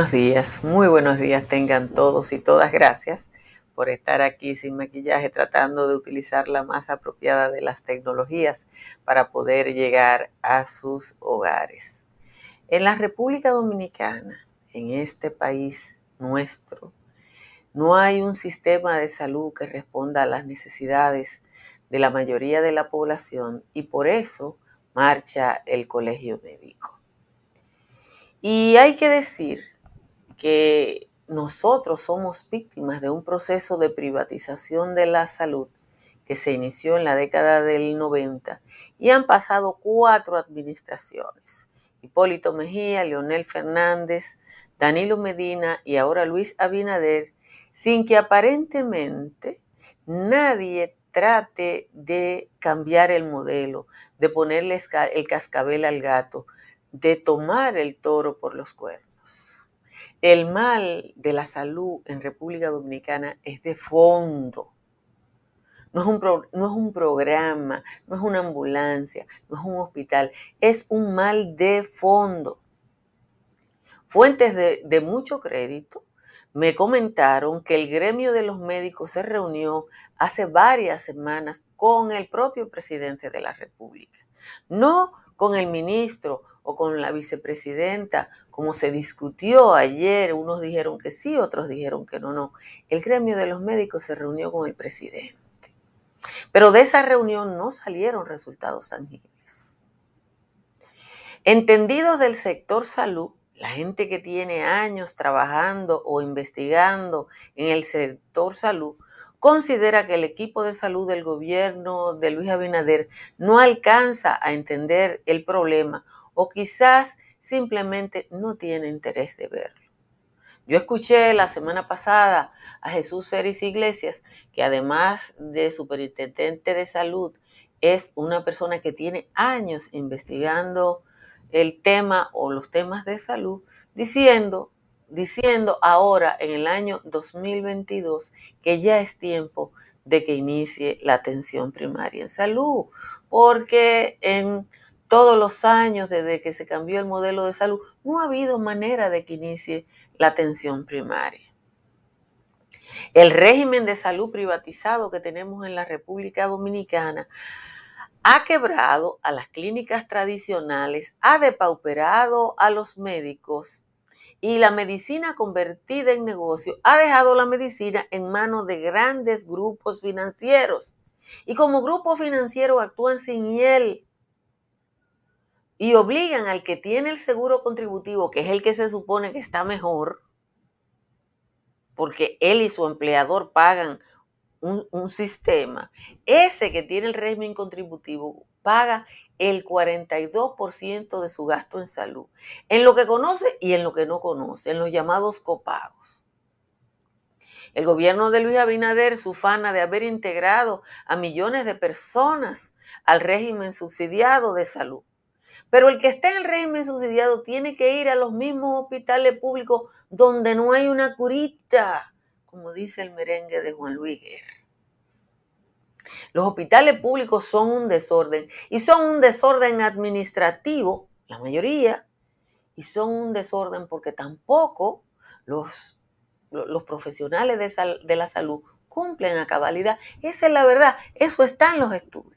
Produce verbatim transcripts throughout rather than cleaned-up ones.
Buenos días, muy buenos días tengan todos y todas. Gracias por estar aquí sin maquillaje, tratando de utilizar la más apropiada de las tecnologías para poder llegar a sus hogares. En la República Dominicana, en este país nuestro, no hay un sistema de salud que responda a las necesidades de la mayoría de la población y por eso marcha el Colegio Médico. Y hay que decir que nosotros somos víctimas de un proceso de privatización de la salud que se inició en la década del noventa y han pasado cuatro administraciones: Hipólito Mejía, Leonel Fernández, Danilo Medina y ahora Luis Abinader, sin que aparentemente nadie trate de cambiar el modelo, de ponerle el cascabel al gato, de tomar el toro por los cuernos. El mal de la salud en República Dominicana es de fondo. No es un, pro, no es un programa, no es una ambulancia, no es un hospital, es un mal de fondo. Fuentes de, de mucho crédito me comentaron que el gremio de los médicos se reunió hace varias semanas con el propio presidente de la República, no con el ministro o con la vicepresidenta, como se discutió ayer. Unos dijeron que sí, otros dijeron que no, no. El gremio de los médicos se reunió con el presidente. Pero de esa reunión no salieron resultados tangibles. Entendidos del sector salud, la gente que tiene años trabajando o investigando en el sector salud, considera que el equipo de salud del gobierno de Luis Abinader no alcanza a entender el problema o quizás simplemente no tiene interés de verlo. Yo escuché la semana pasada a Jesús Félix Iglesias, que además de superintendente de salud, es una persona que tiene años investigando el tema o los temas de salud, diciendo, diciendo ahora en el año dos mil veintidós que ya es tiempo de que inicie la atención primaria en salud, porque en todos los años desde que se cambió el modelo de salud no ha habido manera de que inicie la atención primaria. El régimen de salud privatizado que tenemos en la República Dominicana ha quebrado a las clínicas tradicionales, ha depauperado a los médicos y la medicina convertida en negocio ha dejado la medicina en manos de grandes grupos financieros. Y como grupo financiero actúan sin él y obligan al que tiene el seguro contributivo, que es el que se supone que está mejor, porque él y su empleador pagan un, un sistema. Ese que tiene el régimen contributivo paga el cuarenta y dos por ciento de su gasto en salud, en lo que conoce y en lo que no conoce, en los llamados copagos. El gobierno de Luis Abinader se ufana de haber integrado a millones de personas al régimen subsidiado de salud. Pero el que está en el régimen subsidiado tiene que ir a los mismos hospitales públicos donde no hay una curita, como dice el merengue de Juan Luis Guerra. Los hospitales públicos son un desorden, y son un desorden administrativo, la mayoría, y son un desorden porque tampoco los, los profesionales de, sal, de la salud cumplen a cabalidad. Esa es la verdad, eso está en los estudios.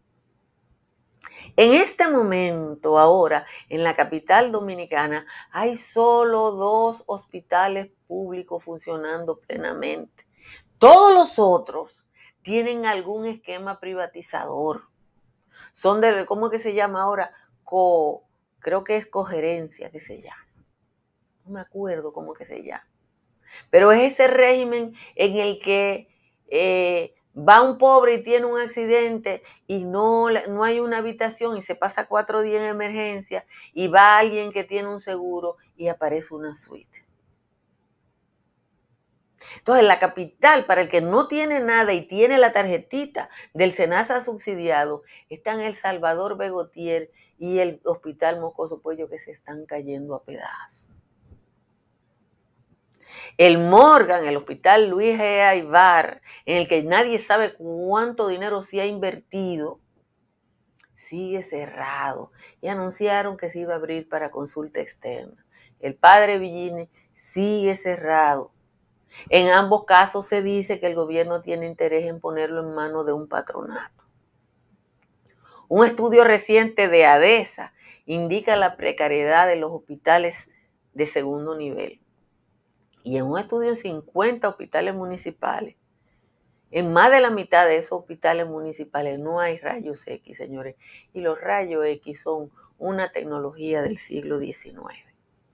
En este momento, ahora, en la capital dominicana, hay solo dos hospitales públicos funcionando plenamente. Todos los otros tienen algún esquema privatizador. Son de, ¿cómo es que se llama ahora? Co, creo que es cogerencia que se llama. No me acuerdo cómo que se llama. Pero es ese régimen en el que eh, va un pobre y tiene un accidente y no, no hay una habitación y se pasa cuatro días en emergencia y va alguien que tiene un seguro y aparece una suite. Entonces, la capital, para el que no tiene nada y tiene la tarjetita del SENASA subsidiado, están El Salvador Begotier y el Hospital Mocoso Puello, que se están cayendo a pedazos. El Morgan, el Hospital Luis G. Aybar, en el que nadie sabe cuánto dinero se ha invertido, sigue cerrado. Y anunciaron que se iba a abrir para consulta externa. el Padre Villini sigue cerrado. En ambos casos se dice que el gobierno tiene interés en ponerlo en manos de un patronato. Un estudio reciente de ADESA indica la precariedad de los hospitales de segundo nivel. Y en un estudio en cincuenta hospitales municipales, en más de la mitad de esos hospitales municipales no hay rayos X, señores. Y los rayos X son una tecnología del siglo diecinueve.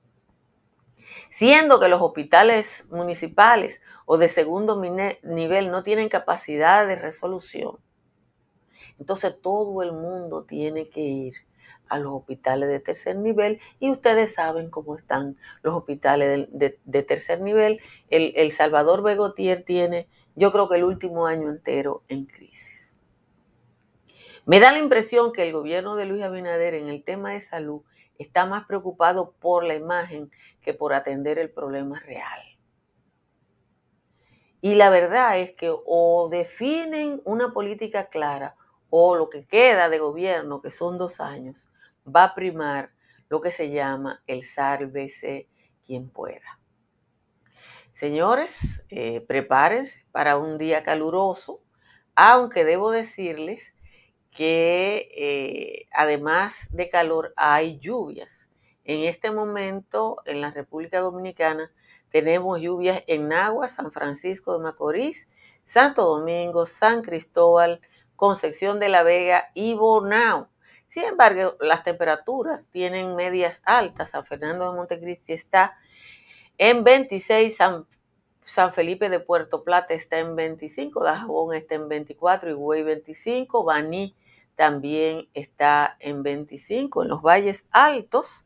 Siendo que los hospitales municipales o de segundo nivel no tienen capacidad de resolución, entonces todo el mundo tiene que ir a los hospitales de tercer nivel y ustedes saben cómo están los hospitales de, de, de tercer nivel. El, el Salvador Begotier tiene, yo creo que el último año entero en crisis. Me da la impresión que el gobierno de Luis Abinader en el tema de salud está más preocupado por la imagen que por atender el problema real. Y la verdad es que o definen una política clara o lo que queda de gobierno, que son dos años, va a primar lo que se llama el sálvese quien pueda. Señores, eh, prepárense para un día caluroso, aunque debo decirles que eh, además de calor hay lluvias. En este momento en la República Dominicana tenemos lluvias en Nagua, San Francisco de Macorís, Santo Domingo, San Cristóbal, Concepción de la Vega y Bonao. Sin embargo, las temperaturas tienen medias altas. San Fernando de Montecristi está en veintiséis, San, San Felipe de Puerto Plata está en veinticinco, Dajabón está en veinticuatro, Higüey veinticinco, Baní también está en veinticinco. En los valles altos,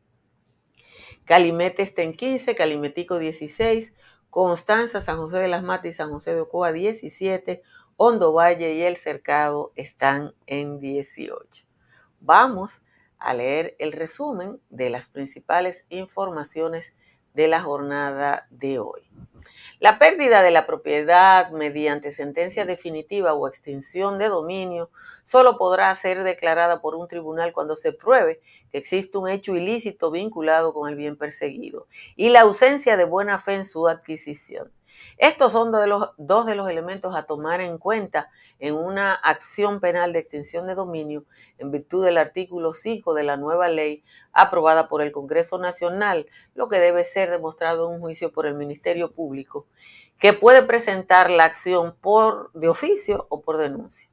Calimete está en quince, Calimetico dieciséis, Constanza, San José de las Matas y San José de Ocoa diecisiete, Hondo Valle y El Cercado están en dieciocho. Vamos a leer el resumen de las principales informaciones de la jornada de hoy. La pérdida de la propiedad mediante sentencia definitiva o extinción de dominio solo podrá ser declarada por un tribunal cuando se pruebe que existe un hecho ilícito vinculado con el bien perseguido y la ausencia de buena fe en su adquisición. Estos son de los, dos de los elementos a tomar en cuenta en una acción penal de extinción de dominio en virtud del artículo cinco de la nueva ley aprobada por el Congreso Nacional, lo que debe ser demostrado en un juicio por el Ministerio Público, que puede presentar la acción por de oficio o por denuncia.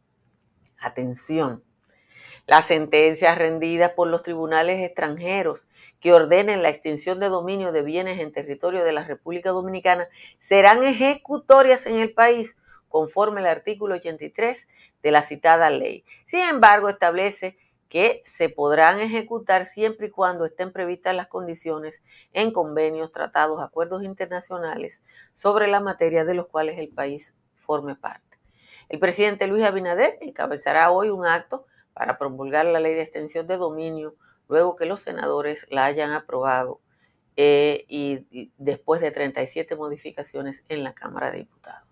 Atención. Las sentencias rendidas por los tribunales extranjeros que ordenen la extinción de dominio de bienes en territorio de la República Dominicana serán ejecutorias en el país conforme al artículo ochenta y tres de la citada ley. Sin embargo, establece que se podrán ejecutar siempre y cuando estén previstas las condiciones en convenios, tratados, acuerdos internacionales sobre la materia de los cuales el país forme parte. El presidente Luis Abinader encabezará hoy un acto para promulgar la ley de extensión de dominio luego que los senadores la hayan aprobado eh, y, y después de treinta y siete modificaciones en la Cámara de Diputados.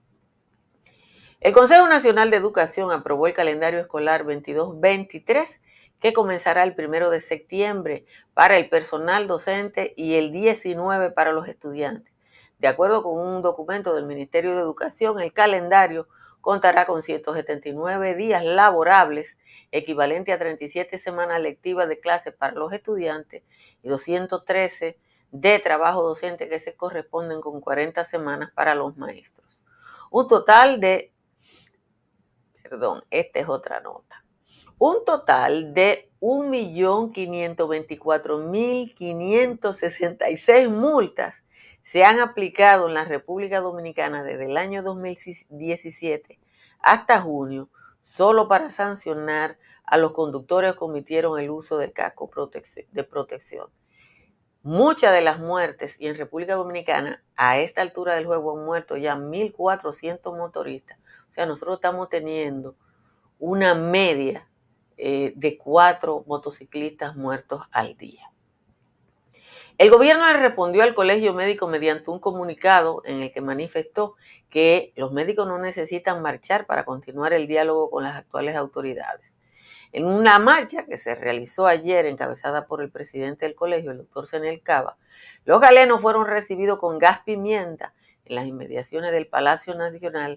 El Consejo Nacional de Educación aprobó el calendario escolar veintidós veintitrés que comenzará el primero de septiembre para el personal docente y el diecinueve para los estudiantes. De acuerdo con un documento del Ministerio de Educación, el calendario contará con ciento setenta y nueve días laborables, equivalente a treinta y siete semanas lectivas de clases para los estudiantes y doscientos trece de trabajo docente que se corresponden con cuarenta semanas para los maestros. Un total de, perdón, esta es otra nota, un total de un millón quinientos veinticuatro mil quinientos sesenta y seis multas se han aplicado en la República Dominicana desde el año dos mil diecisiete hasta junio, solo para sancionar a los conductores que cometieron el uso del casco de protección. Muchas de las muertes, y en República Dominicana a esta altura del juego han muerto ya mil cuatrocientos motoristas. O sea, nosotros estamos teniendo una media eh, de cuatro motociclistas muertos al día. El gobierno le respondió al Colegio Médico mediante un comunicado en el que manifestó que los médicos no necesitan marchar para continuar el diálogo con las actuales autoridades. En una marcha que se realizó ayer, encabezada por el presidente del colegio, el doctor Zenel Cava, los galenos fueron recibidos con gas pimienta en las inmediaciones del Palacio Nacional.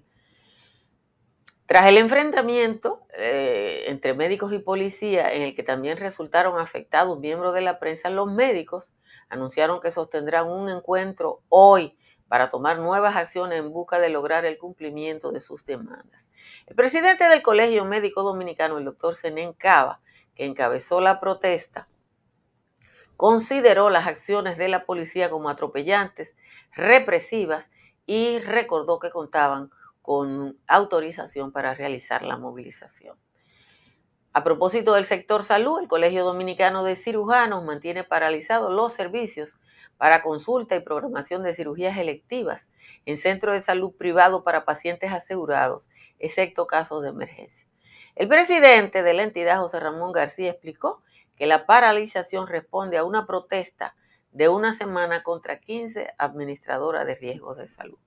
Tras el enfrentamiento eh, entre médicos y policía, en el que también resultaron afectados miembros de la prensa, los médicos anunciaron que sostendrán un encuentro hoy para tomar nuevas acciones en busca de lograr el cumplimiento de sus demandas. El presidente del Colegio Médico Dominicano, el doctor Zenel Cava, que encabezó la protesta, consideró las acciones de la policía como atropellantes, represivas y recordó que contaban con autorización para realizar la movilización. A propósito del sector salud, el Colegio Dominicano de Cirujanos mantiene paralizados los servicios para consulta y programación de cirugías electivas en centros de salud privados para pacientes asegurados, excepto casos de emergencia. El presidente de la entidad, José Ramón García, explicó que la paralización responde a una protesta de una semana contra quince administradoras de riesgos de salud.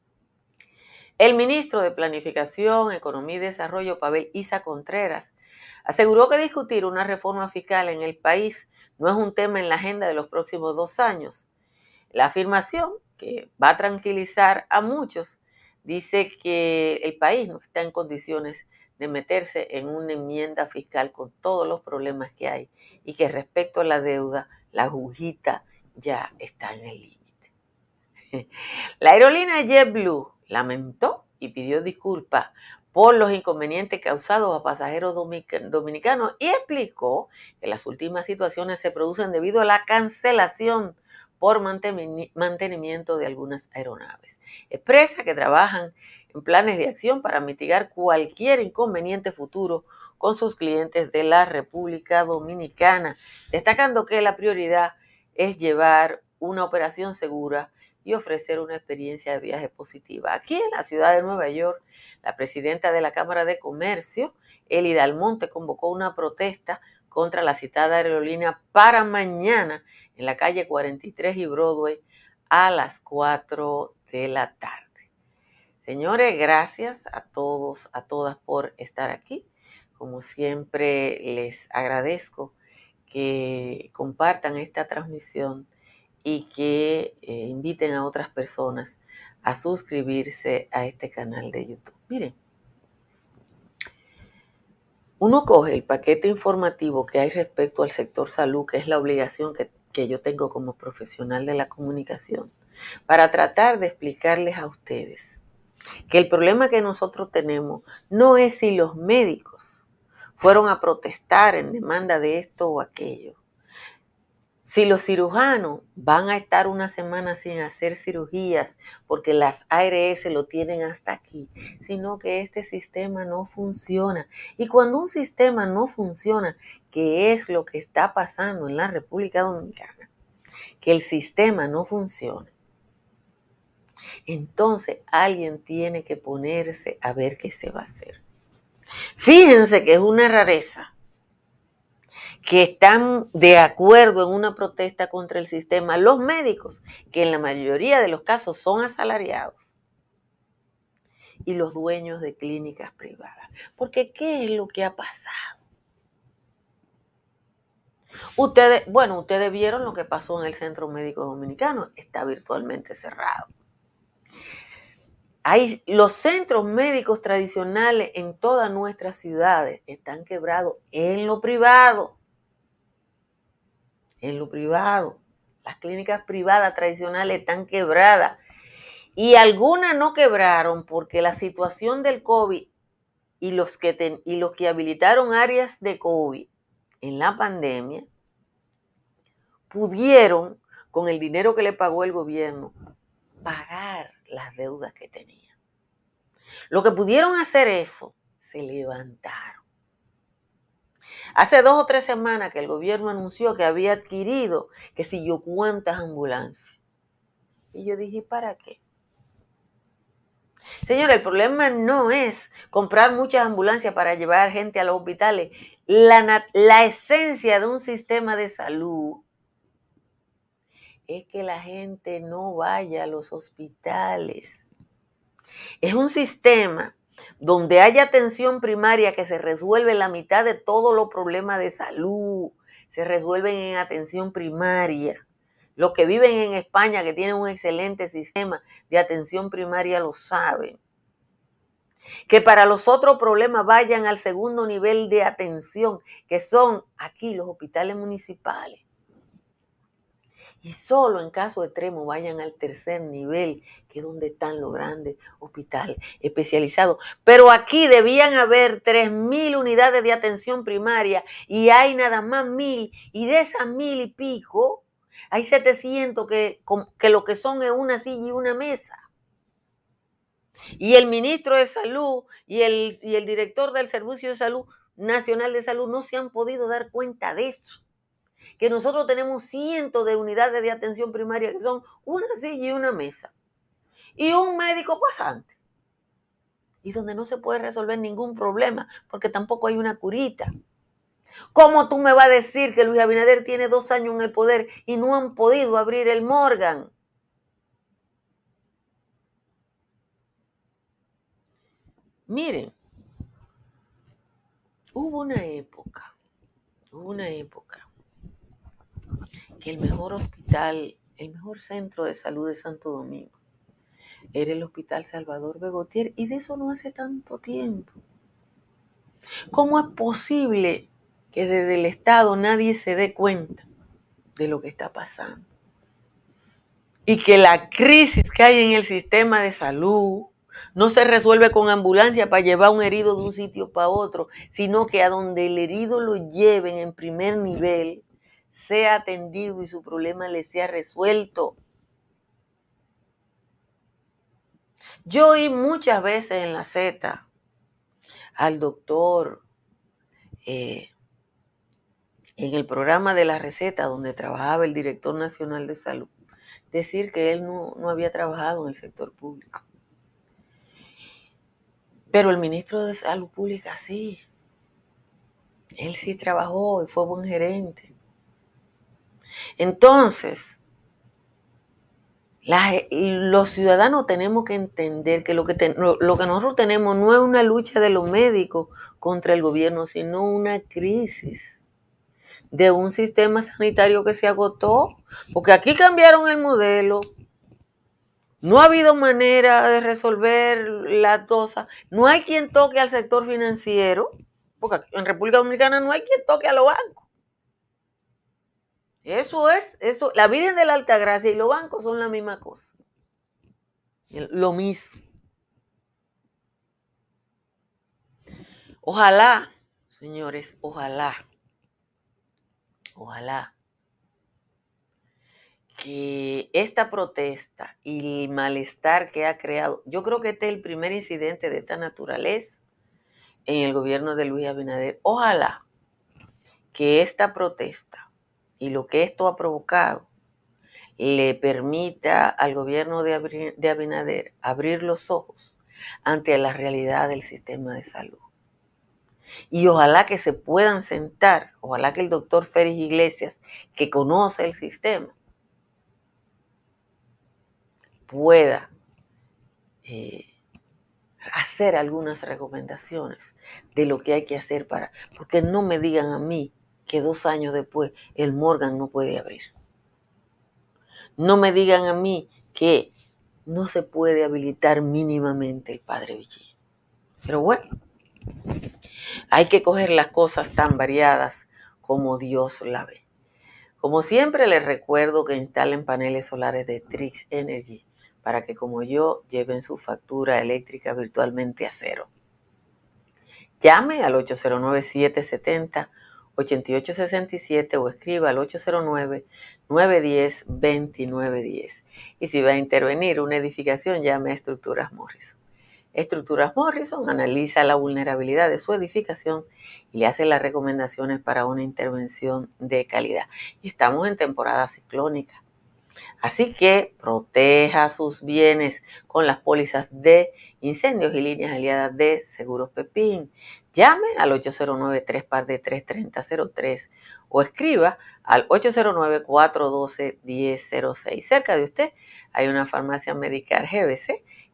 El ministro de Planificación, Economía y Desarrollo, Pavel Isa Contreras, aseguró que discutir una reforma fiscal en el país no es un tema en la agenda de los próximos dos años. La afirmación, que va a tranquilizar a muchos, dice que el país no está en condiciones de meterse en una enmienda fiscal con todos los problemas que hay y que respecto a la deuda, la agujita ya está en el límite. La aerolínea JetBlue lamentó y pidió disculpas por los inconvenientes causados a pasajeros dominicanos y explicó que las últimas situaciones se producen debido a la cancelación por mantenimiento de algunas aeronaves. Expresa que trabajan en planes de acción para mitigar cualquier inconveniente futuro con sus clientes de la República Dominicana, destacando que la prioridad es llevar una operación segura y ofrecer una experiencia de viaje positiva. Aquí en la ciudad de Nueva York, la presidenta de la Cámara de Comercio, Elida Almonte, convocó una protesta contra la citada aerolínea para mañana en la calle cuarenta y tres y Broadway a las cuatro de la tarde. Señores, gracias a todos, a todas por estar aquí. Como siempre, les agradezco que compartan esta transmisión y que eh, inviten a otras personas a suscribirse a este canal de YouTube. Miren, uno coge el paquete informativo que hay respecto al sector salud, que es la obligación que, que yo tengo como profesional de la comunicación, para tratar de explicarles a ustedes que el problema que nosotros tenemos no es si los médicos fueron a protestar en demanda de esto o aquello. Si los cirujanos van a estar una semana sin hacer cirugías porque las A R S lo tienen hasta aquí, sino que este sistema no funciona. Y cuando un sistema no funciona, ¿qué es lo que está pasando en la República Dominicana? Que el sistema no funciona. Entonces alguien tiene que ponerse a ver qué se va a hacer. Fíjense que es una rareza que están de acuerdo en una protesta contra el sistema, los médicos, que en la mayoría de los casos son asalariados, y los dueños de clínicas privadas. Porque ¿qué es lo que ha pasado? Ustedes, bueno, ustedes vieron lo que pasó en el Centro Médico Dominicano, está virtualmente cerrado. Hay, los centros médicos tradicionales en todas nuestras ciudades están quebrados en lo privado. En lo privado. Las clínicas privadas tradicionales están quebradas. Y algunas no quebraron porque la situación del COVID y los que, ten, y los que habilitaron áreas de COVID en la pandemia pudieron, con el dinero que le pagó el gobierno, pagar las deudas que tenían. Lo que pudieron hacer eso, se levantaron. Hace dos o tres semanas que el gobierno anunció que había adquirido, que si yo cuántas ambulancias. Y yo dije, ¿para qué? Señora, el problema no es comprar muchas ambulancias para llevar gente a los hospitales. La, la esencia de un sistema de salud es que la gente no vaya a los hospitales. Es un sistema donde hay atención primaria que se resuelve la mitad de todos los problemas de salud, se resuelven en atención primaria. Los que viven en España, que tienen un excelente sistema de atención primaria, lo saben. Que para los otros problemas vayan al segundo nivel de atención, que son aquí los hospitales municipales. Y solo en caso extremo vayan al tercer nivel, que es donde están los grandes hospitales especializados. Pero aquí debían haber tres mil unidades de atención primaria y hay nada más mil. Y de esas mil y pico, hay setecientos que, que lo que son es una silla y una mesa. Y el ministro de Salud y el, y el director del Servicio de Salud Nacional de Salud no se han podido dar cuenta de eso. Que nosotros tenemos cientos de unidades de atención primaria que son una silla y una mesa. Y un médico pasante. Y donde no se puede resolver ningún problema, porque tampoco hay una curita. ¿Cómo tú me vas a decir que Luis Abinader tiene dos años en el poder y no han podido abrir el Morgan? Miren, hubo una época, hubo una época que el mejor hospital, el mejor centro de salud de Santo Domingo era el Hospital Salvador Begotier, y de eso no hace tanto tiempo. ¿Cómo es posible que desde el Estado nadie se dé cuenta de lo que está pasando? Y que la crisis que hay en el sistema de salud no se resuelve con ambulancia para llevar a un herido de un sitio para otro, sino que a donde el herido lo lleven en primer nivel, sea atendido y su problema le sea resuelto. Yo oí muchas veces en la Z al doctor eh, en el programa de la receta donde trabajaba el director nacional de salud, decir que él no, no había trabajado en el sector público. Pero el ministro de Salud Pública sí. Él sí trabajó y fue buen gerente. Entonces, la, los ciudadanos tenemos que entender que lo que, te, lo, lo que nosotros tenemos no es una lucha de los médicos contra el gobierno, sino una crisis de un sistema sanitario que se agotó. Porque aquí cambiaron el modelo. No ha habido manera de resolver las cosas. No hay quien toque al sector financiero, porque en República Dominicana no hay quien toque a los bancos. Eso es, eso, la Virgen de la Altagracia y los bancos son la misma cosa. Lo mismo. Ojalá, señores, ojalá, ojalá que esta protesta y el malestar que ha creado, yo creo que este es el primer incidente de esta naturaleza en el gobierno de Luis Abinader. Ojalá que esta protesta y lo que esto ha provocado le permita al gobierno de Abinader abrir los ojos ante la realidad del sistema de salud. Y ojalá que se puedan sentar, ojalá que el doctor Félix Iglesias, que conoce el sistema, pueda eh, hacer algunas recomendaciones de lo que hay que hacer para, porque no me digan a mí que dos años después el Morgan no puede abrir. No me digan a mí que no se puede habilitar mínimamente el Padre Villín. Pero bueno, hay que coger las cosas tan variadas como Dios la ve. Como siempre les recuerdo que instalen paneles solares de Trix Energy para que como yo lleven su factura eléctrica virtualmente a cero. Llame al ocho cero nueve, siete siete cero, ocho ocho seis siete o escriba al ocho cero nueve, nueve uno cero, dos nueve uno cero. Y si va a intervenir una edificación, llame a Estructuras Morrison. Estructuras Morrison analiza la vulnerabilidad de su edificación y le hace las recomendaciones para una intervención de calidad. Y estamos en temporada ciclónica. Así que proteja sus bienes con las pólizas de incendios y líneas aliadas de Seguros Pepín. Llame al ocho cero nueve, tres par de tres, treinta cero tres o escriba al ocho cero nueve, cuatro uno dos, uno cero cero seis. Cerca de usted hay una farmacia Medicar G B C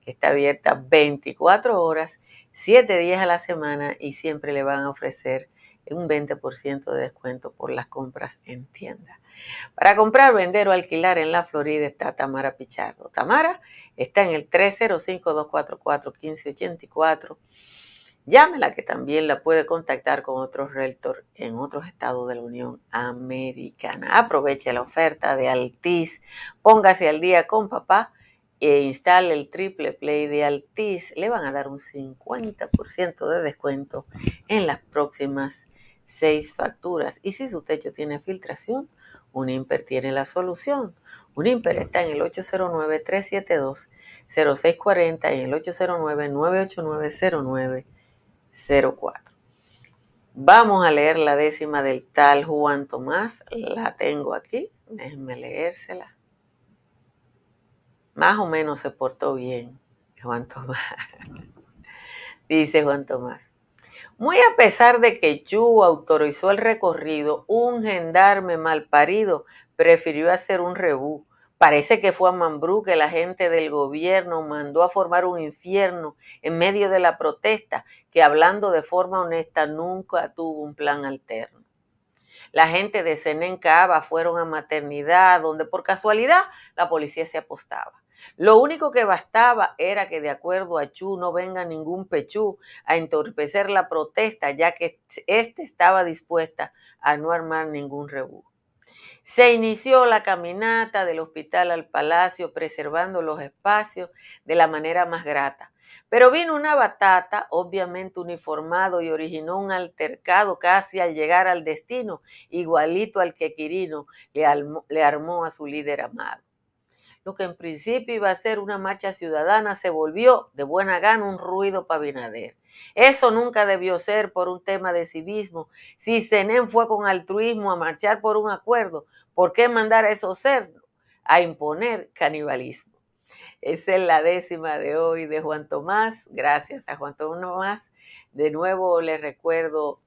está abierta veinticuatro horas, siete días a la semana y siempre le van a ofrecer un veinte por ciento de descuento por las compras en tienda. Para comprar, vender o alquilar en la Florida está Tamara Pichardo. Tamara está en el tres cero cinco, dos cuatro cuatro, uno cinco ocho cuatro. Llámela, que también la puede contactar con otros realtors en otros estados de la Unión Americana. Aproveche la oferta de Altis, póngase al día con papá e instale el triple play de Altis. Le van a dar un cincuenta por ciento de descuento en las próximas seis facturas. Y si su techo tiene filtración, Unimper tiene la solución. Unimper está en el ocho cero nueve, tres siete dos, cero seis cuatro cero y en el ocho cero nueve, nueve ocho nueve, cero nueve cero cuatro. Vamos a leer la décima del tal Juan Tomás. La tengo aquí. Déjenme leérsela. Más o menos se portó bien Juan Tomás. Dice Juan Tomás: muy a pesar de que Chu autorizó el recorrido, un gendarme malparido prefirió hacer un rebú. Parece que fue a Mambrú que la gente del gobierno mandó a formar un infierno en medio de la protesta, que hablando de forma honesta nunca tuvo un plan alterno. La gente de Senén Cava fueron a Maternidad, donde por casualidad la policía se apostaba. Lo único que bastaba era que, de acuerdo a Chu, no venga ningún pechú a entorpecer la protesta, ya que éste estaba dispuesta a no armar ningún rebú. Se inició la caminata del hospital al palacio, preservando los espacios de la manera más grata. Pero vino una batata, obviamente uniformado, y originó un altercado casi al llegar al destino, igualito al que Quirino le armó, le armó a su líder amado. Lo que en principio iba a ser una marcha ciudadana se volvió de buena gana un ruido para Abinader. Eso nunca debió ser por un tema de civismo. Si Senén fue con altruismo a marchar por un acuerdo, ¿por qué mandar a esos cerdos a imponer canibalismo? Esa es la décima de hoy de Juan Tomás. Gracias a Juan Tomás. De nuevo les recuerdo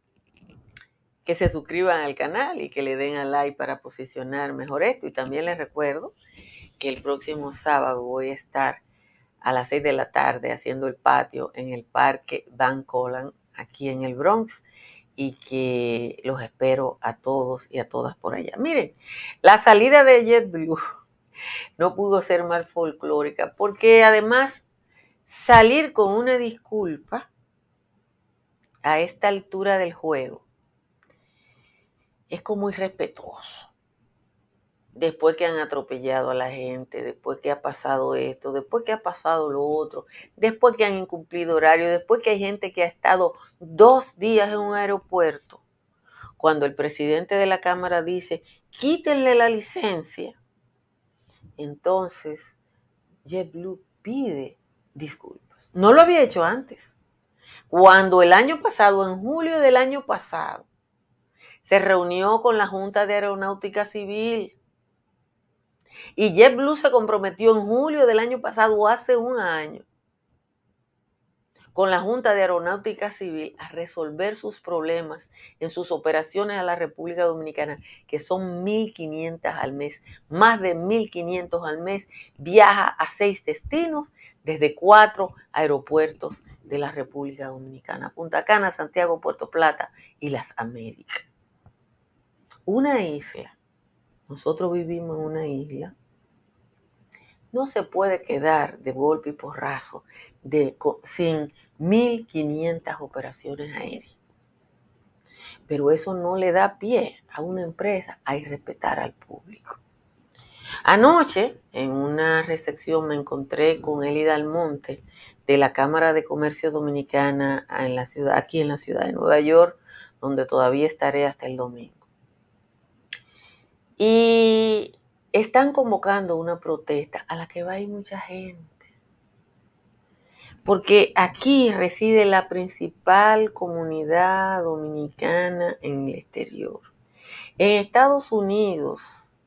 que se suscriban al canal y que le den al like para posicionar mejor esto. Y también les recuerdo que el próximo sábado voy a estar a las seis de la tarde haciendo el patio en el Parque Van Colan, aquí en el Bronx, y que los espero a todos y a todas por allá. Miren, la salida de JetBlue no pudo ser más folclórica, porque además salir con una disculpa a esta altura del juego es como irrespetuoso. Después que han atropellado a la gente, después que ha pasado esto, después que ha pasado lo otro, después que han incumplido horario, después que hay gente que ha estado dos días en un aeropuerto, cuando el presidente de la Cámara dice, quítenle la licencia, entonces JetBlue pide disculpas. No lo había hecho antes. Cuando el año pasado, en julio del año pasado, se reunió con la Junta de Aeronáutica Civil, y JetBlue se comprometió en julio del año pasado, hace un año, con la Junta de Aeronáutica Civil a resolver sus problemas en sus operaciones a la República Dominicana, que son mil quinientas al mes, más de mil quinientos al mes, viaja a seis destinos desde cuatro aeropuertos de la República Dominicana: Punta Cana, Santiago, Puerto Plata y las Américas. Una isla. Nosotros vivimos en una isla. No se puede quedar de golpe y porrazo de, sin mil quinientas operaciones aéreas. Pero eso no le da pie a una empresa a irrespetar al público. Anoche, en una recepción, me encontré con Elida Almonte, de la Cámara de Comercio Dominicana en la ciudad, aquí en la ciudad de Nueva York, donde todavía estaré hasta el domingo. Y están convocando una protesta a la que va a ir mucha gente, porque aquí reside la principal comunidad dominicana en el exterior. En Estados Unidos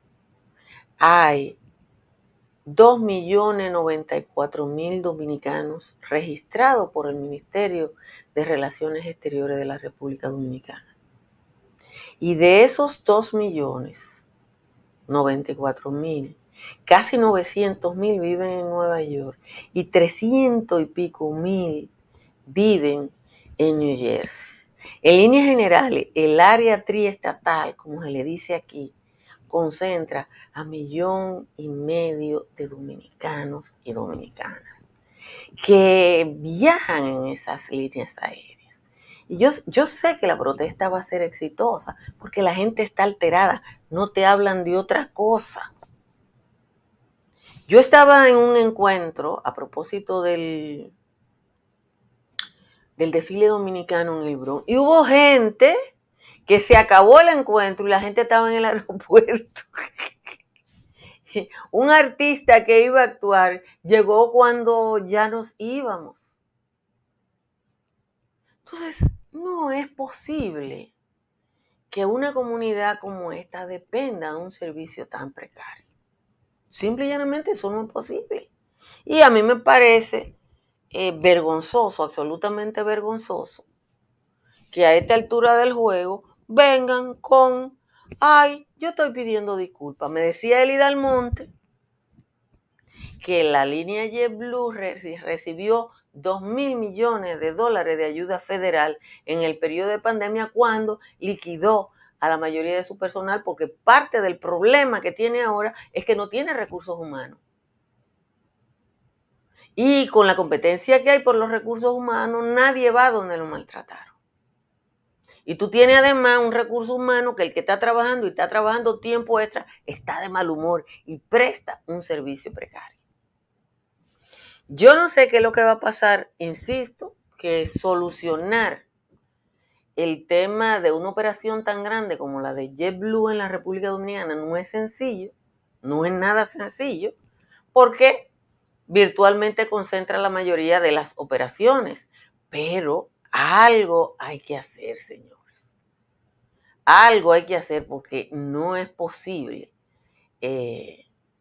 hay dos millones noventa y cuatro mil dominicanos registrados por el Ministerio de Relaciones Exteriores de la República Dominicana. Y de esos dos millones noventa y cuatro mil, Casi novecientos mil viven en Nueva York y trescientos y pico mil viven en New Jersey. En líneas generales, el área triestatal, como se le dice aquí, concentra a millón y medio de dominicanos y dominicanas que viajan en esas líneas aéreas. Y yo, yo sé que la protesta va a ser exitosa porque la gente está alterada, no te hablan de otra cosa. Yo estaba en un encuentro a propósito del, del desfile dominicano en el Bronx y hubo gente que se acabó el encuentro y la gente estaba en el aeropuerto. Un artista que iba a actuar llegó cuando ya nos íbamos. Entonces, no es posible que una comunidad como esta dependa de un servicio tan precario. Simple y llanamente eso no es posible. Y a mí me parece eh, vergonzoso, absolutamente vergonzoso, que a esta altura del juego vengan con, ay, yo estoy pidiendo disculpas. Me decía Elida Almonte que la línea JetBlue recibió dos mil millones de dólares de ayuda federal en el periodo de pandemia cuando liquidó a la mayoría de su personal, porque parte del problema que tiene ahora es que no tiene recursos humanos. Y con la competencia que hay por los recursos humanos, nadie va donde lo maltrataron. Y tú tienes además un recurso humano que el que está trabajando y está trabajando tiempo extra está de mal humor y presta un servicio precario. Yo no sé qué es lo que va a pasar, insisto, que solucionar el tema de una operación tan grande como la de JetBlue en la República Dominicana no es sencillo, no es nada sencillo, porque virtualmente concentra la mayoría de las operaciones, pero algo hay que hacer, señores. Algo hay que hacer porque no es posible eh,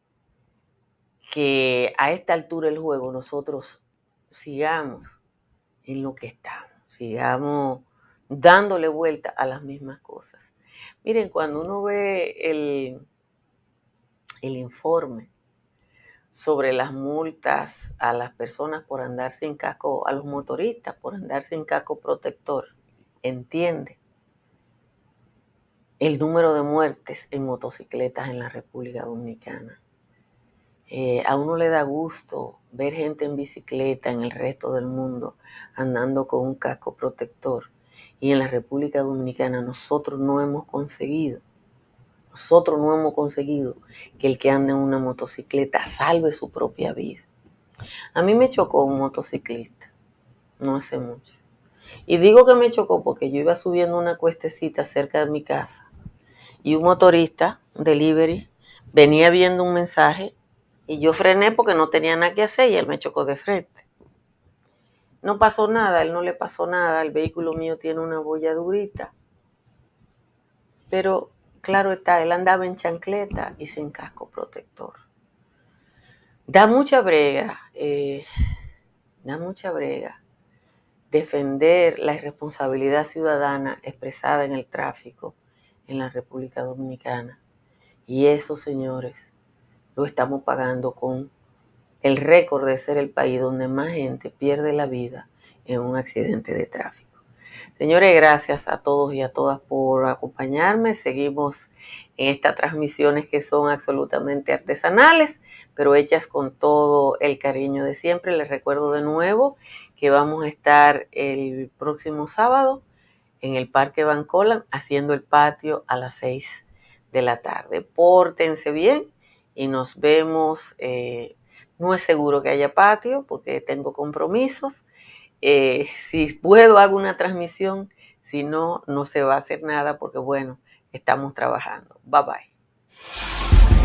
que a esta altura del juego nosotros sigamos en lo que estamos, sigamos dándole vuelta a las mismas cosas. Miren, cuando uno ve el, el informe sobre las multas a las personas por andar sin casco, a los motoristas por andar sin casco protector, entiende el número de muertes en motocicletas en la República Dominicana. Eh, a uno le da gusto ver gente en bicicleta en el resto del mundo andando con un casco protector. Y en la República Dominicana nosotros no hemos conseguido, nosotros no hemos conseguido que el que anda en una motocicleta salve su propia vida. A mí me chocó un motociclista, no hace mucho. Y digo que me chocó porque yo iba subiendo una cuestecita cerca de mi casa y un motorista, un delivery, venía viendo un mensaje y yo frené porque no tenía nada que hacer y él me chocó de frente. No pasó nada, a él no le pasó nada, el vehículo mío tiene una bolladurita. Pero claro está, él andaba en chancleta y sin casco protector. Da mucha brega, eh, da mucha brega defender la irresponsabilidad ciudadana expresada en el tráfico en la República Dominicana. Y eso, señores, lo estamos pagando con el récord de ser el país donde más gente pierde la vida en un accidente de tráfico. Señores, gracias a todos y a todas por acompañarme. Seguimos en estas transmisiones que son absolutamente artesanales, pero hechas con todo el cariño de siempre. Les recuerdo de nuevo que vamos a estar el próximo sábado en el Parque Bancolan haciendo el patio a las seis de la tarde. Pórtense bien y nos vemos. Eh, no es seguro que haya patio porque tengo compromisos. Eh, si puedo hago una transmisión, si no, no se va a hacer nada porque bueno, estamos trabajando. Bye bye.